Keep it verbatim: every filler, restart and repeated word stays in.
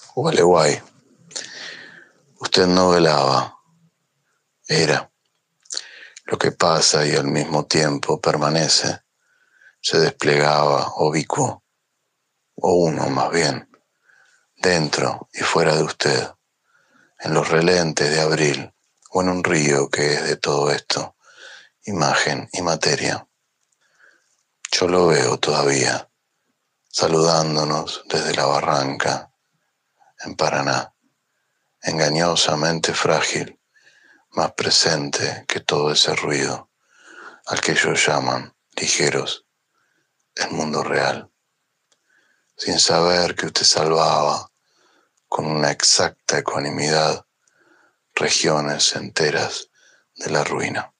Gualeguay, usted no velaba, era. Lo que pasa y al mismo tiempo permanece, se desplegaba oblicuo, o uno más bien, dentro y fuera de usted, en los relentes de abril, o en un río que es de todo esto, imagen y materia. Yo lo veo todavía, saludándonos desde la barranca, en Paraná, engañosamente frágil, más presente que todo ese ruido, al que ellos llaman, ligeros, el mundo real, sin saber que usted salvaba, con una exacta ecuanimidad, regiones enteras de la ruina.